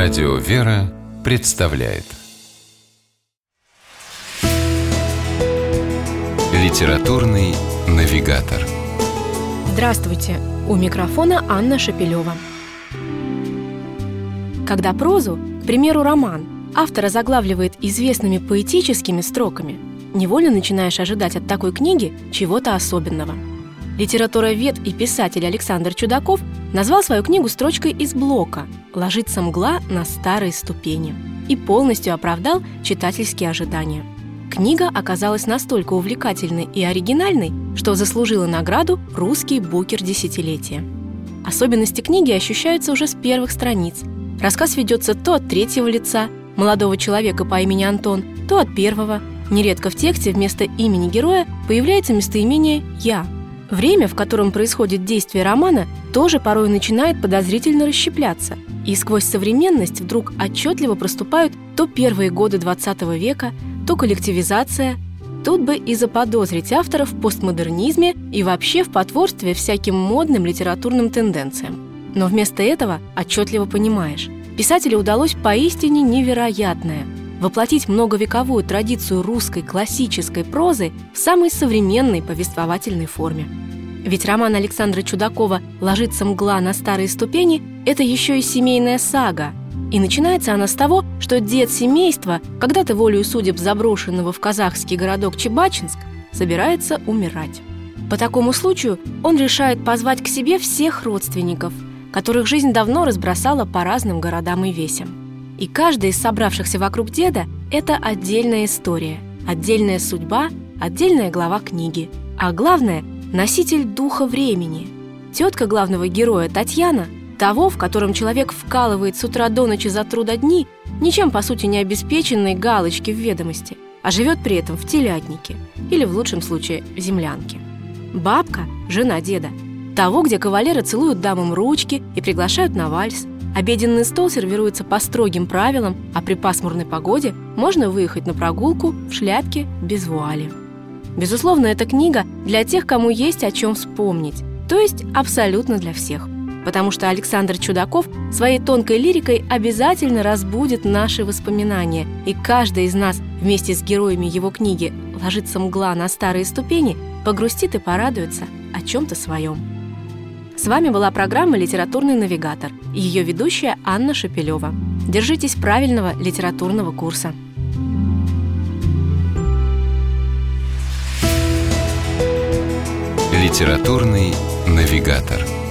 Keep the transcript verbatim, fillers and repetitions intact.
Радио «Вера» представляет Литературный навигатор. Здравствуйте! У микрофона Анна Шапилева. Когда прозу, к примеру, роман, автор озаглавливает известными поэтическими строками, невольно начинаешь ожидать от такой книги чего-то особенного. Литературовед и писатель Александр Чудаков назвал свою книгу строчкой из Блока «Ложится мгла на старые ступени» и полностью оправдал читательские ожидания. Книга оказалась настолько увлекательной и оригинальной, что заслужила награду «Русский букер десятилетия». Особенности книги ощущаются уже с первых страниц. Рассказ ведется то от третьего лица, молодого человека по имени Антон, то от первого. Нередко в тексте вместо имени героя появляется местоимение «я». Время, в котором происходит действие романа, тоже порой начинает подозрительно расщепляться, и сквозь современность вдруг отчетливо проступают то первые годы двадцатого века, то коллективизация. Тут бы и заподозрить автора в постмодернизме и вообще в потворстве всяким модным литературным тенденциям. Но вместо этого отчетливо понимаешь, писателю удалось поистине невероятное – воплотить многовековую традицию русской классической прозы в самой современной повествовательной форме. Ведь роман Александра Чудакова «Ложится мгла на старые ступени» – это еще и семейная сага. И начинается она с того, что дед семейства, когда-то волею судеб заброшенного в казахский городок Чебачинск, собирается умирать. По такому случаю он решает позвать к себе всех родственников, которых жизнь давно разбросала по разным городам и весям. И каждый из собравшихся вокруг деда – это отдельная история, отдельная судьба, отдельная глава книги. А главное – носитель духа времени. Тетка главного героя Татьяна, того, в котором человек вкалывает с утра до ночи за трудодни, ничем по сути не обеспеченной галочки в ведомости, а живет при этом в телятнике или, в лучшем случае, в землянке. Бабка – жена деда, того, где кавалеры целуют дамам ручки и приглашают на вальс. Обеденный стол сервируется по строгим правилам, а при пасмурной погоде можно выехать на прогулку в шляпке без вуали. Безусловно, эта книга для тех, кому есть о чем вспомнить, то есть абсолютно для всех. Потому что Александр Чудаков своей тонкой лирикой обязательно разбудит наши воспоминания, и каждый из нас вместе с героями его книги «Ложится мгла на старые ступени» погрустит и порадуется о чем-то своем. С вами была программа «Литературный навигатор» и ее ведущая Анна Шапилева. Держитесь правильного литературного курса. Литературный навигатор.